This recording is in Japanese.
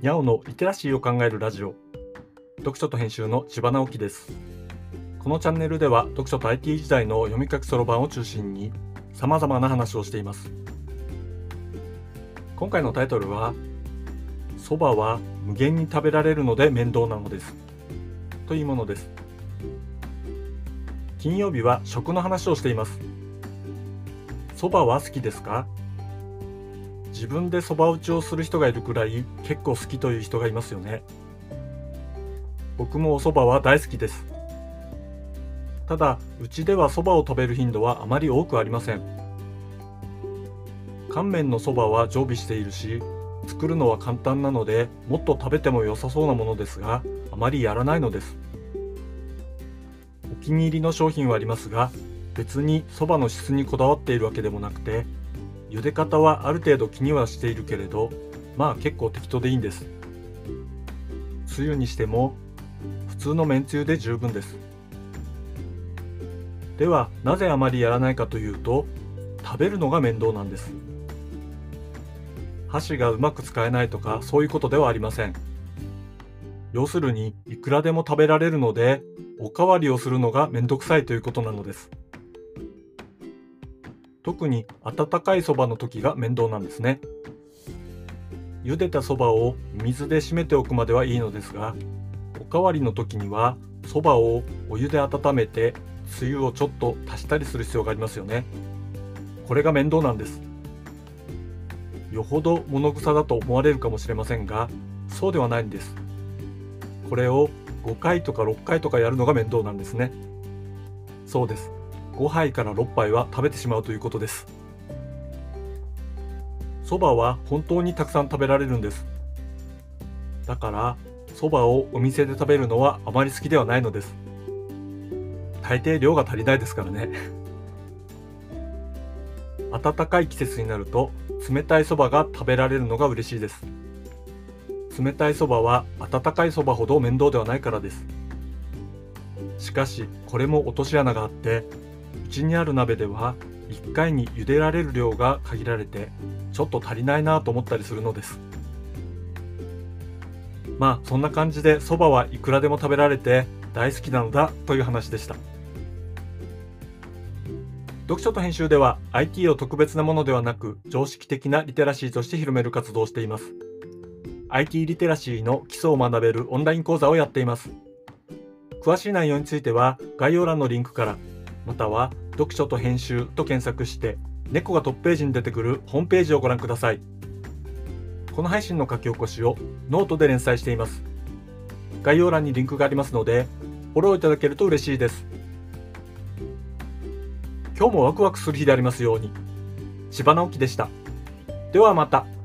にゃおのリテラシーを考えるラジオ、読書と編集の千葉直樹です。このチャンネルでは読書と IT 時代の読み書きそろばんを中心に様々な話をしています。今回のタイトルは、そばは無限に食べられるので面倒なのですというものです。金曜日は食の話をしています。そばは好きですか？自分でそば打ちをする人がいるくらい結構好きという人がいますよね。僕もお蕎麦は大好きです。ただ、うちではそばを食べる頻度はあまり多くありません。乾麺のそばは常備しているし、作るのは簡単なのでもっと食べても良さそうなものですが、あまりやらないのです。お気に入りの商品はありますが、別にそばの質にこだわっているわけでもなくて、茹で方はある程度気にはしているけれど、まあ結構適当でいいんです。つゆにしても普通のめんつゆで十分です。ではなぜあまりやらないかというと、食べるのが面倒なんです。箸がうまく使えないとかそういうことではありません。要するにいくらでも食べられるので、おかわりをするのがめんどくさいということなのです。特に温かいそばの時が面倒なんですね。茹でたそばを水で締めておくまではいいのですが、おかわりの時にはそばをお湯で温めてつゆをちょっと足したりする必要がありますよね。これが面倒なんです。よほど物臭だと思われるかもしれませんが、そうではないんです。これを5回とか6回とかやるのが面倒なんですね。そうです。5杯から6杯は食べてしまうということです。そばは本当にたくさん食べられるんです。だから、そばをお店で食べるのはあまり好きではないのです。大抵量が足りないですからね。暖かい季節になると冷たいそばが食べられるのが嬉しいです。冷たいそばは温かいそばほど面倒ではないからです。しかしこれも落とし穴があって、うちにある鍋では1回に茹でられる量が限られて、ちょっと足りないなと思ったりするのです。まあそんな感じで、そばはいくらでも食べられて大好きなのだという話でした。読書と編集では IT を特別なものではなく、常識的なリテラシーとして広める活動をしています。IT リテラシーの基礎を学べるオンライン講座をやっています。詳しい内容については概要欄のリンクから、または読書と編集と検索して猫がトップページに出てくるホームページをご覧ください。この配信の書き起こしをノートで連載しています。概要欄にリンクがありますので、フォローいただけると嬉しいです。今日もワクワクする日でありますように。千葉直樹でした。ではまた。